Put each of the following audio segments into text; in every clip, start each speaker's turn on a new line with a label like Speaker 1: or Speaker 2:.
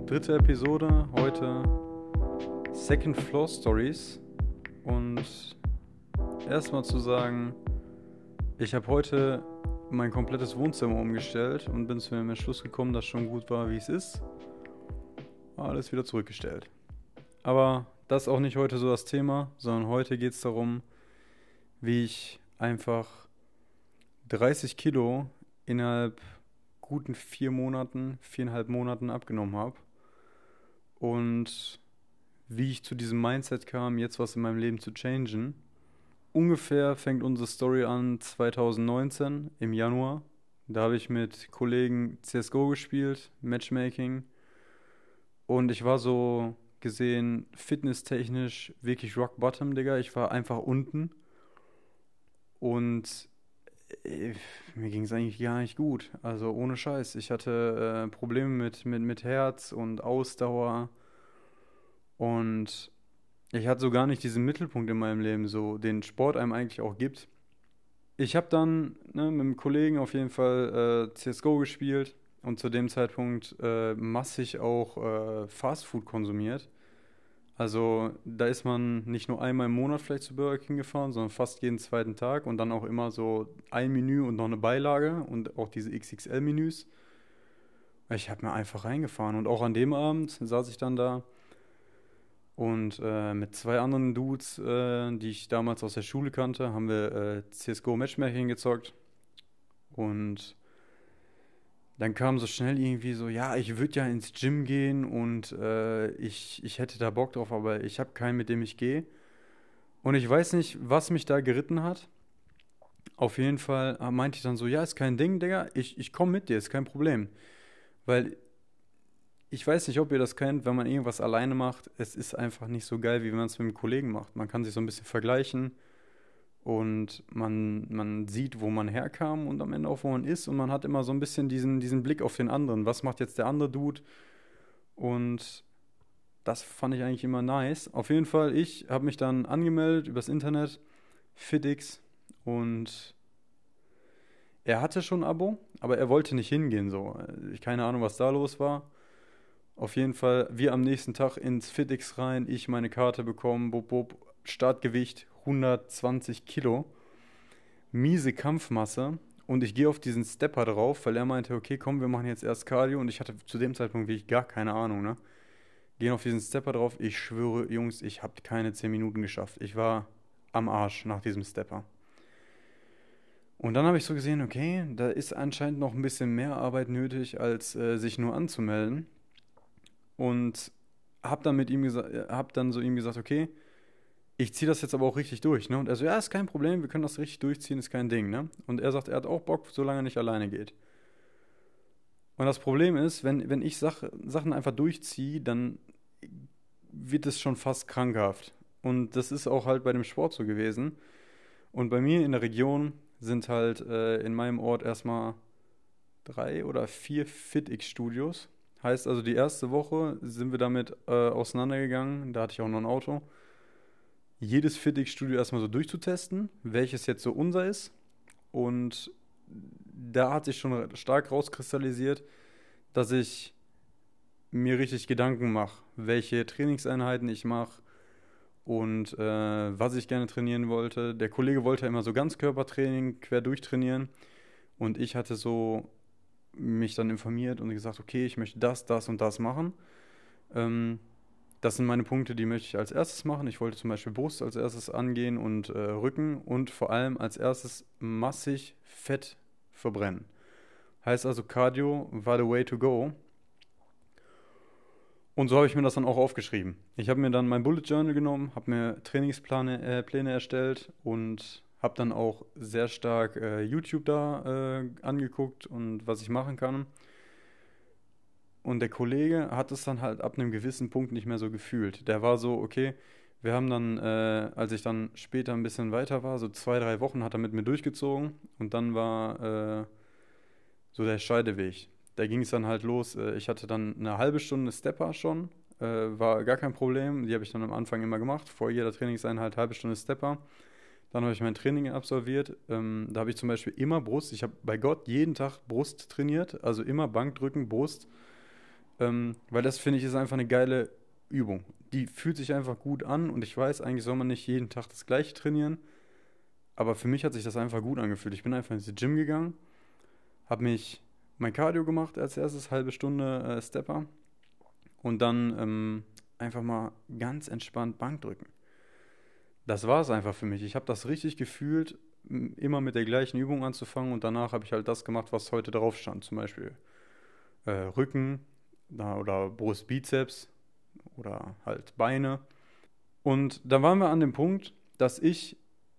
Speaker 1: dritte Episode, heute Second Floor Stories. Und erstmal zu sagen, ich habe heute mein komplettes Wohnzimmer umgestellt und bin zu dem Entschluss gekommen, dass schon gut war, wie es ist. Alles wieder zurückgestellt. Aber das ist auch nicht heute so das Thema, sondern heute geht es darum, wie ich einfach 30 Kilo innerhalb guten 4,5 Monaten abgenommen habe. Und wie ich zu diesem Mindset kam, jetzt was in meinem Leben zu changen. Ungefähr fängt unsere Story an 2019 im Januar. Da habe ich mit Kollegen CSGO gespielt, Matchmaking. Und ich war so gesehen fitnesstechnisch wirklich rock bottom, Digga. Ich war einfach unten. Und mir ging es eigentlich gar nicht gut. Also ohne Scheiß. Ich hatte Probleme mit Herz und Ausdauer. Und ich hatte so gar nicht diesen Mittelpunkt in meinem Leben, so den Sport einem eigentlich auch gibt. Ich habe dann mit einem Kollegen auf jeden Fall CSGO gespielt und zu dem Zeitpunkt massig auch Fastfood konsumiert. Also da ist man nicht nur einmal im Monat vielleicht zu Burger King gefahren, sondern fast jeden zweiten Tag und dann auch immer so ein Menü und noch eine Beilage und auch diese XXL-Menüs. Ich habe mir einfach reingefahren und auch an dem Abend saß ich dann da und mit zwei anderen Dudes, die ich damals aus der Schule kannte, haben wir CSGO Matchmaking gezockt und dann kam so schnell irgendwie so, ja, ich würde ja ins Gym gehen und ich hätte da Bock drauf, aber ich habe keinen, mit dem ich gehe. Und ich weiß nicht, was mich da geritten hat. Auf jeden Fall meinte ich dann so, ja, ist kein Ding, Digga, ich komme mit dir, ist kein Problem. Weil ich weiß nicht, ob ihr das kennt, wenn man irgendwas alleine macht, es ist einfach nicht so geil, wie wenn man es mit einem Kollegen macht. Man kann sich so ein bisschen vergleichen und man sieht, wo man herkam und am Ende auch, wo man ist. Und man hat immer so ein bisschen diesen Blick auf den anderen. Was macht jetzt der andere Dude? Und das fand ich eigentlich immer nice. Auf jeden Fall, ich habe mich dann angemeldet übers Internet, FitX. Und er hatte schon ein Abo, aber er wollte nicht hingehen so. Keine Ahnung, was da los war. Auf jeden Fall, wir am nächsten Tag ins FitX rein, ich meine Karte bekommen, bub, bub, Startgewicht 120 Kilo, miese Kampfmasse und ich gehe auf diesen Stepper drauf, weil er meinte, okay, komm, wir machen jetzt erst Cardio und ich hatte zu dem Zeitpunkt wirklich gar keine Ahnung, ne? Gehen auf diesen Stepper drauf, ich schwöre, Jungs, ich habe keine 10 Minuten geschafft. Ich war am Arsch nach diesem Stepper. Und dann habe ich so gesehen, okay, da ist anscheinend noch ein bisschen mehr Arbeit nötig, als sich nur anzumelden. Und hab dann so ihm gesagt, okay, ich ziehe das jetzt aber auch richtig durch, ne? Und er so, ja, ist kein Problem, wir können das richtig durchziehen, ist kein Ding, ne? Und er sagt, er hat auch Bock, solange er nicht alleine geht. Und das Problem ist, wenn ich Sachen einfach durchziehe, dann wird es schon fast krankhaft. Und das ist auch halt bei dem Sport so gewesen. Und bei mir in der Region sind halt in meinem Ort erstmal 3 oder 4 FitX-Studios. Heißt also, die erste Woche sind wir damit auseinandergegangen. Da hatte ich auch noch ein Auto. Jedes FitX-Studio erstmal so durchzutesten, welches jetzt so unser ist. Und da hat sich schon stark rauskristallisiert, dass ich mir richtig Gedanken mache, welche Trainingseinheiten ich mache und was ich gerne trainieren wollte. Der Kollege wollte immer so Ganzkörpertraining quer durchtrainieren. Und ich hatte so mich dann informiert und gesagt, okay, ich möchte das und das machen. Das sind meine Punkte, die möchte ich als erstes machen. Ich wollte zum Beispiel Brust als erstes angehen und Rücken und vor allem als erstes massig Fett verbrennen. Heißt also, Cardio war the way to go. Und so habe ich mir das dann auch aufgeschrieben. Ich habe mir dann mein Bullet Journal genommen, habe mir Pläne erstellt und habe dann auch sehr stark YouTube da angeguckt und was ich machen kann. Und der Kollege hat es dann halt ab einem gewissen Punkt nicht mehr so gefühlt. Der war so, okay, wir haben dann, als ich dann später ein bisschen weiter war, so 2, 3 Wochen hat er mit mir durchgezogen und dann war so der Scheideweg. Da ging es dann halt los. Ich hatte dann eine halbe Stunde Stepper schon, war gar kein Problem. Die habe ich dann am Anfang immer gemacht. Vor jeder Trainingseinheit halbe Stunde Stepper. Dann habe ich mein Training absolviert. Da habe ich zum Beispiel immer Brust. Ich habe bei Gott jeden Tag Brust trainiert. Also immer Bankdrücken, Brust. weil das finde ich ist einfach eine geile Übung. Die fühlt sich einfach gut an und ich weiß, eigentlich soll man nicht jeden Tag das gleiche trainieren, aber für mich hat sich das einfach gut angefühlt. Ich bin einfach in diese Gym gegangen, habe mich mein Cardio gemacht als erstes, halbe Stunde Stepper und dann einfach mal ganz entspannt Bankdrücken. Das war es einfach für mich. Ich habe das richtig gefühlt, immer mit der gleichen Übung anzufangen und danach habe ich halt das gemacht, was heute drauf stand. Zum Beispiel Rücken oder Brust, Bizeps oder halt Beine. Und da waren wir an dem Punkt, dass ich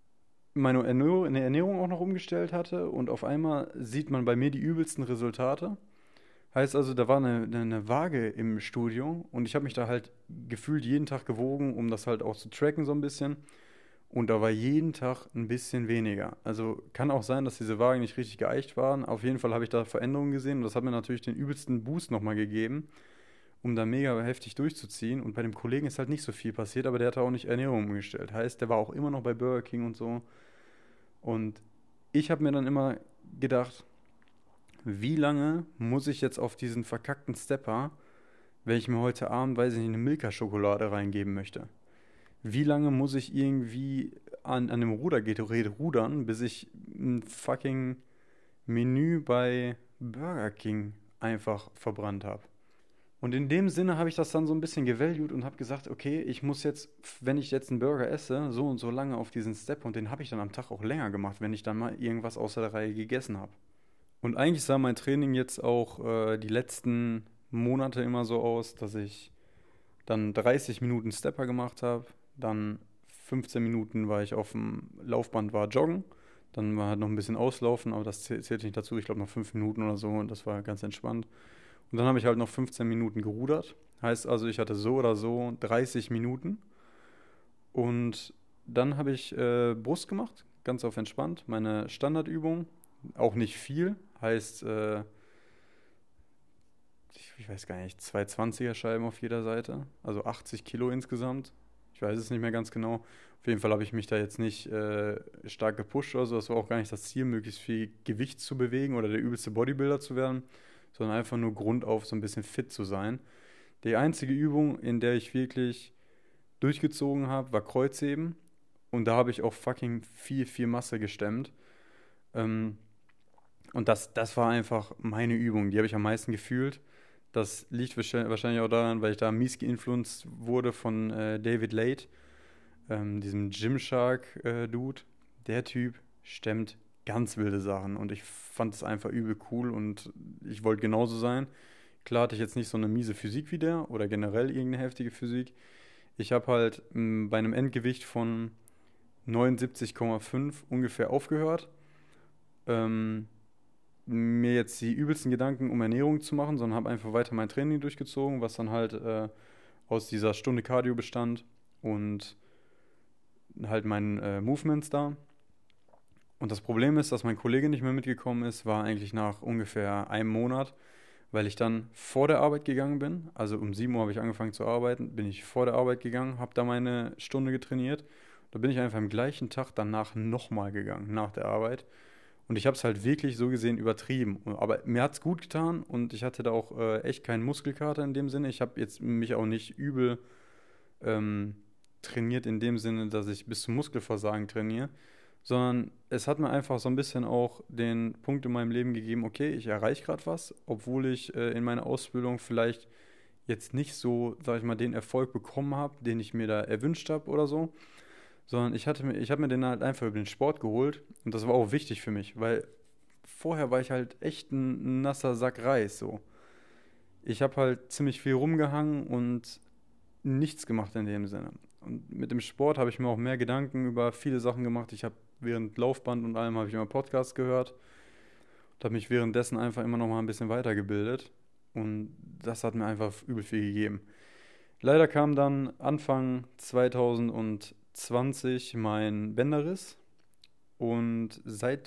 Speaker 1: meine Ernährung auch noch umgestellt hatte und auf einmal sieht man bei mir die übelsten Resultate. Heißt also, da war eine Waage im Studio und ich habe mich da halt gefühlt jeden Tag gewogen, um das halt auch zu tracken so ein bisschen. Und da war jeden Tag ein bisschen weniger. Also kann auch sein, dass diese Wagen nicht richtig geeicht waren. Auf jeden Fall habe ich da Veränderungen gesehen und das hat mir natürlich den übelsten Boost nochmal gegeben, um da mega heftig durchzuziehen. Und bei dem Kollegen ist halt nicht so viel passiert, aber der hatte auch nicht Ernährung umgestellt. Heißt, der war auch immer noch bei Burger King und so. Und ich habe mir dann immer gedacht, wie lange muss ich jetzt auf diesen verkackten Stepper, wenn ich mir heute Abend, weiß ich nicht, eine Milka-Schokolade reingeben möchte? Wie lange muss ich irgendwie an dem Rudergerät rudern, bis ich ein fucking Menü bei Burger King einfach verbrannt habe? Und in dem Sinne habe ich das dann so ein bisschen gevalued und habe gesagt, okay, ich muss jetzt, wenn ich jetzt einen Burger esse, so und so lange auf diesen Step und den habe ich dann am Tag auch länger gemacht, wenn ich dann mal irgendwas außer der Reihe gegessen habe. Und eigentlich sah mein Training jetzt auch die letzten Monate immer so aus, dass ich dann 30 Minuten Stepper gemacht habe, dann 15 Minuten war ich auf dem Laufband, war joggen, dann war halt noch ein bisschen auslaufen, aber das zählt nicht dazu, ich glaube noch 5 Minuten oder so und das war ganz entspannt. Und dann habe ich halt noch 15 Minuten gerudert, heißt also, ich hatte so oder so 30 Minuten und dann habe ich Brust gemacht, ganz auf entspannt, meine Standardübung, auch nicht viel, heißt, ich weiß gar nicht, 220er Scheiben auf jeder Seite, also 80 Kilo insgesamt. Ich weiß es nicht mehr ganz genau. Auf jeden Fall habe ich mich da jetzt nicht stark gepusht oder so. Das war auch gar nicht das Ziel, möglichst viel Gewicht zu bewegen oder der übelste Bodybuilder zu werden, sondern einfach nur grundauf so ein bisschen fit zu sein. Die einzige Übung, in der ich wirklich durchgezogen habe, war Kreuzheben. Und da habe ich auch fucking viel Masse gestemmt. Ähm, und das war einfach meine Übung. Die habe ich am meisten gefühlt. Das liegt wahrscheinlich auch daran, weil ich da mies geinfluenced wurde von David Late, diesem Gymshark-Dude. Der Typ stemmt ganz wilde Sachen und ich fand es einfach übel cool und ich wollte genauso sein. Klar hatte ich jetzt nicht so eine miese Physik wie der oder generell irgendeine heftige Physik. Ich habe halt bei einem Endgewicht von 79,5 ungefähr aufgehört. Ähm, mir jetzt die übelsten Gedanken um Ernährung zu machen, sondern habe einfach weiter mein Training durchgezogen, was dann halt aus dieser Stunde Cardio bestand und halt meinen Movements da. Und das Problem ist, dass mein Kollege nicht mehr mitgekommen ist, war eigentlich nach ungefähr einem Monat, weil ich dann vor der Arbeit gegangen bin. Also um 7 Uhr habe ich angefangen zu arbeiten, bin ich vor der Arbeit gegangen, habe da meine Stunde getrainiert. Da bin ich einfach am gleichen Tag danach nochmal gegangen, nach der Arbeit. Und ich habe es halt wirklich so gesehen übertrieben. Aber mir hat es gut getan und ich hatte da auch echt keinen Muskelkater in dem Sinne. Ich habe jetzt mich auch nicht übel ähm, trainiert in dem Sinne, dass ich bis zum Muskelversagen trainiere, sondern es hat mir einfach so ein bisschen auch den Punkt in meinem Leben gegeben, okay, ich erreiche gerade was, obwohl ich in meiner Ausbildung vielleicht jetzt nicht so, sag ich mal, den Erfolg bekommen habe, den ich mir da erwünscht habe oder so, sondern ich habe mir den halt einfach über den Sport geholt und das war auch wichtig für mich, weil vorher war ich halt echt ein nasser Sack Reis so. Ich habe halt ziemlich viel rumgehangen und nichts gemacht in dem Sinne. Und mit dem Sport habe ich mir auch mehr Gedanken über viele Sachen gemacht. Ich habe während Laufband und allem habe ich immer Podcasts gehört und habe mich währenddessen einfach immer noch mal ein bisschen weitergebildet und das hat mir einfach übel viel gegeben. Leider kam dann Anfang 2020 mein Bänderriss und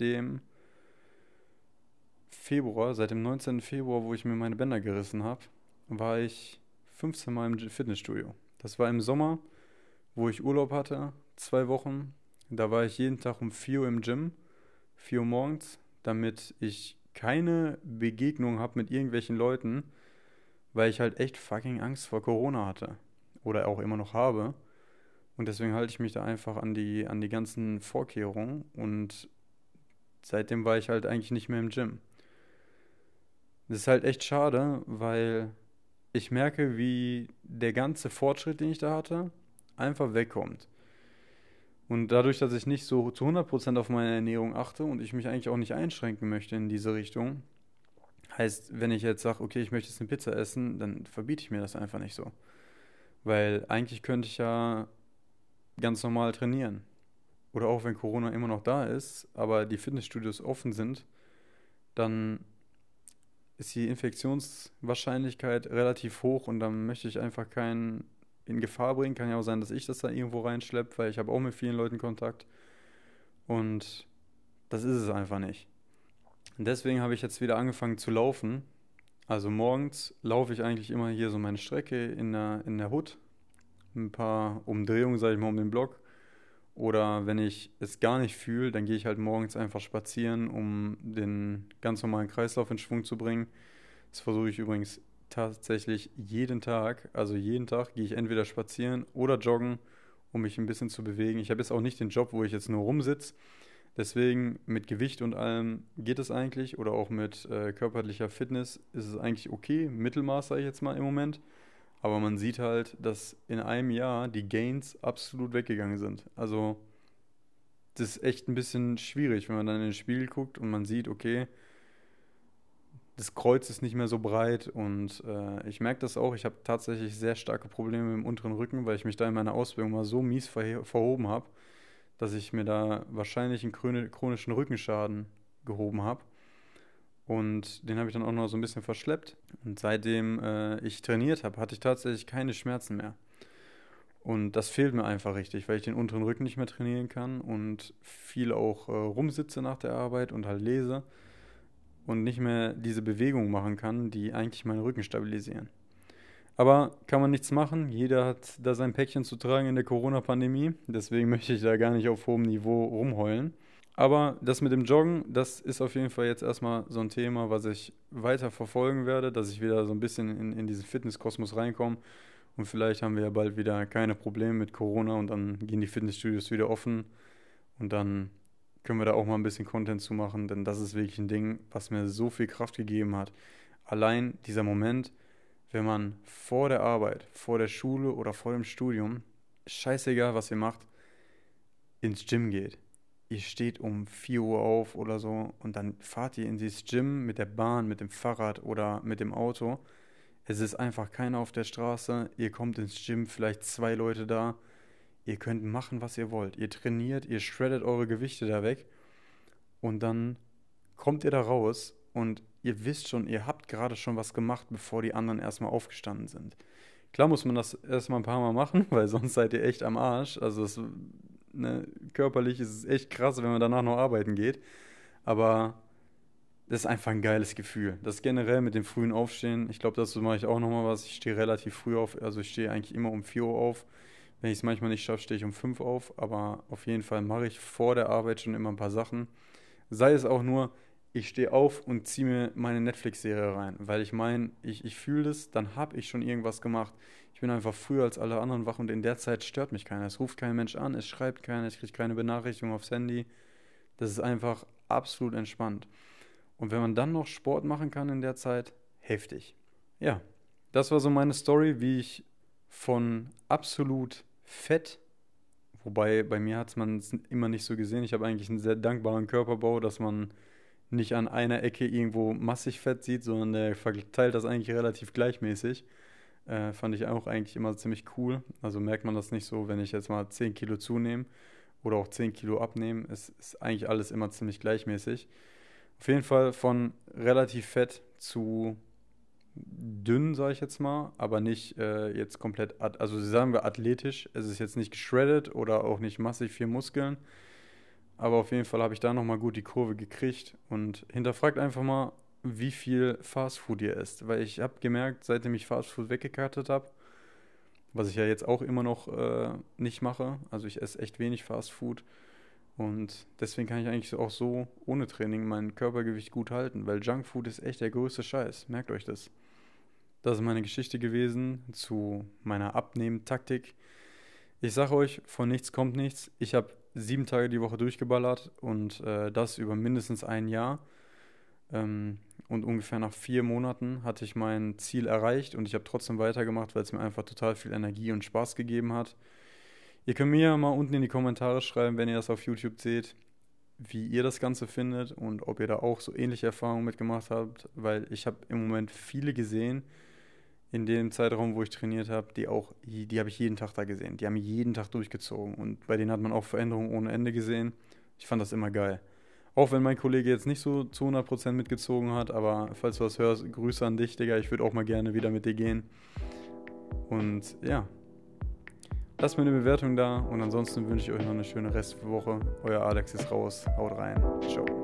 Speaker 1: seit dem 19. Februar, wo ich mir meine Bänder gerissen habe, war ich 15 Mal im Fitnessstudio. Das war im Sommer, wo ich Urlaub hatte, 2 Wochen. Da war ich jeden Tag um 4 Uhr im Gym, 4 Uhr morgens, damit ich keine Begegnung habe mit irgendwelchen Leuten, weil ich halt echt fucking Angst vor Corona hatte oder auch immer noch habe. Und deswegen halte ich mich da einfach an die ganzen Vorkehrungen und seitdem war ich halt eigentlich nicht mehr im Gym. Das ist halt echt schade, weil ich merke, wie der ganze Fortschritt, den ich da hatte, einfach wegkommt. Und dadurch, dass ich nicht so zu 100% auf meine Ernährung achte und ich mich eigentlich auch nicht einschränken möchte in diese Richtung, heißt, wenn ich jetzt sage, okay, ich möchte jetzt eine Pizza essen, dann verbiete ich mir das einfach nicht so. Weil eigentlich könnte ich ja ganz normal trainieren. Oder auch wenn Corona immer noch da ist, aber die Fitnessstudios offen sind, dann ist die Infektionswahrscheinlichkeit relativ hoch und dann möchte ich einfach keinen in Gefahr bringen. Kann ja auch sein, dass ich das da irgendwo reinschleppe, weil ich habe auch mit vielen Leuten Kontakt und das ist es einfach nicht. Und deswegen habe ich jetzt wieder angefangen zu laufen. Also morgens laufe ich eigentlich immer hier so meine Strecke in der Hut, ein paar Umdrehungen, sage ich mal, um den Block. Oder wenn ich es gar nicht fühle, dann gehe ich halt morgens einfach spazieren, um den ganz normalen Kreislauf in Schwung zu bringen. Das versuche ich übrigens tatsächlich jeden Tag. Also jeden Tag gehe ich entweder spazieren oder joggen, um mich ein bisschen zu bewegen. Ich habe jetzt auch nicht den Job, wo ich jetzt nur rumsitze. Deswegen mit Gewicht und allem geht es eigentlich. Oder auch mit körperlicher Fitness ist es eigentlich okay. Mittelmaß sage ich jetzt mal im Moment. Aber man sieht halt, dass in einem Jahr die Gains absolut weggegangen sind. Also das ist echt ein bisschen schwierig, wenn man dann in den Spiegel guckt und man sieht, okay, das Kreuz ist nicht mehr so breit und ich merke das auch. Ich habe tatsächlich sehr starke Probleme im unteren Rücken, weil ich mich da in meiner Ausbildung mal so mies verhoben habe, dass ich mir da wahrscheinlich einen chronischen Rückenschaden gehoben habe. Und den habe ich dann auch noch so ein bisschen verschleppt. Und seitdem ich trainiert habe, hatte ich tatsächlich keine Schmerzen mehr. Und das fehlt mir einfach richtig, weil ich den unteren Rücken nicht mehr trainieren kann und viel auch rumsitze nach der Arbeit und halt lese und nicht mehr diese Bewegung machen kann, die eigentlich meinen Rücken stabilisieren. Aber kann man nichts machen. Jeder hat da sein Päckchen zu tragen in der Corona-Pandemie. Deswegen möchte ich da gar nicht auf hohem Niveau rumheulen. Aber das mit dem Joggen, das ist auf jeden Fall jetzt erstmal so ein Thema, was ich weiter verfolgen werde, dass ich wieder so ein bisschen in diesen Fitnesskosmos reinkomme. Und vielleicht haben wir ja bald wieder keine Probleme mit Corona und dann gehen die Fitnessstudios wieder offen. Und dann können wir da auch mal ein bisschen Content zu machen, denn das ist wirklich ein Ding, was mir so viel Kraft gegeben hat. Allein dieser Moment, wenn man vor der Arbeit, vor der Schule oder vor dem Studium, scheißegal was ihr macht, ins Gym geht. Ihr steht um 4 Uhr auf oder so und dann fahrt ihr in dieses Gym mit der Bahn, mit dem Fahrrad oder mit dem Auto. Es ist einfach keiner auf der Straße. Ihr kommt ins Gym, vielleicht 2 Leute da. Ihr könnt machen, was ihr wollt. Ihr trainiert, ihr shreddet eure Gewichte da weg und dann kommt ihr da raus und ihr wisst schon, ihr habt gerade schon was gemacht, bevor die anderen erstmal aufgestanden sind. Klar muss man das erstmal ein paar Mal machen, weil sonst seid ihr echt am Arsch. Also das, ne, körperlich ist es echt krass, wenn man danach noch arbeiten geht. Aber das ist einfach ein geiles Gefühl. Das generell mit dem frühen Aufstehen. Ich glaube, dazu mache ich auch nochmal was. Ich stehe relativ früh auf. Also ich stehe eigentlich immer um 4 Uhr auf. Wenn ich es manchmal nicht schaffe, stehe ich um 5 auf. Aber auf jeden Fall mache ich vor der Arbeit schon immer ein paar Sachen. Sei es auch nur, ich stehe auf und ziehe mir meine Netflix-Serie rein. Weil ich meine, ich fühle das, dann habe ich schon irgendwas gemacht. Ich bin einfach früher als alle anderen wach und in der Zeit stört mich keiner. Es ruft kein Mensch an, es schreibt keiner, ich kriege keine Benachrichtigung aufs Handy. Das ist einfach absolut entspannt. Und wenn man dann noch Sport machen kann in der Zeit, heftig. Ja, das war so meine Story, wie ich von absolut fett, wobei bei mir hat man es immer nicht so gesehen. Ich habe eigentlich einen sehr dankbaren Körperbau, dass man nicht an einer Ecke irgendwo massig Fett sieht, sondern der verteilt das eigentlich relativ gleichmäßig. Fand ich auch eigentlich immer ziemlich cool. Also merkt man das nicht so, wenn ich jetzt mal 10 Kilo zunehme oder auch 10 Kilo abnehme. Es ist eigentlich alles immer ziemlich gleichmäßig. Auf jeden Fall von relativ fett zu dünn, sage ich jetzt mal, aber nicht jetzt komplett, also sagen wir athletisch. Es ist jetzt nicht geschreddet oder auch nicht massig viel Muskeln, aber auf jeden Fall habe ich da nochmal gut die Kurve gekriegt und hinterfragt einfach mal, wie viel Fastfood ihr esst, weil ich habe gemerkt, seitdem ich Fastfood weggekartet habe, was ich ja jetzt auch immer noch nicht mache, also ich esse echt wenig Fastfood. Und deswegen kann ich eigentlich auch so ohne Training mein Körpergewicht gut halten, weil Junkfood ist echt der größte Scheiß. Merkt euch das. Das ist meine Geschichte gewesen zu meiner Abnehmtaktik. Ich sage euch, von nichts kommt nichts. Ich habe 7 Tage die Woche durchgeballert und das über mindestens ein Jahr. Und ungefähr nach 4 Monaten hatte ich mein Ziel erreicht und ich habe trotzdem weitergemacht, weil es mir einfach total viel Energie und Spaß gegeben hat. Ihr könnt mir ja mal unten in die Kommentare schreiben, wenn ihr das auf YouTube seht, wie ihr das Ganze findet und ob ihr da auch so ähnliche Erfahrungen mitgemacht habt, weil ich habe im Moment viele gesehen in dem Zeitraum, wo ich trainiert habe, die habe ich jeden Tag da gesehen. Die haben jeden Tag durchgezogen und bei denen hat man auch Veränderungen ohne Ende gesehen. Ich fand das immer geil. Auch wenn mein Kollege jetzt nicht so zu 100% mitgezogen hat, aber falls du was hörst, Grüße an dich, Digga. Ich würde auch mal gerne wieder mit dir gehen. Und ja, lasst mir eine Bewertung da und ansonsten wünsche ich euch noch eine schöne Restwoche. Euer Alex ist raus. Haut rein. Ciao.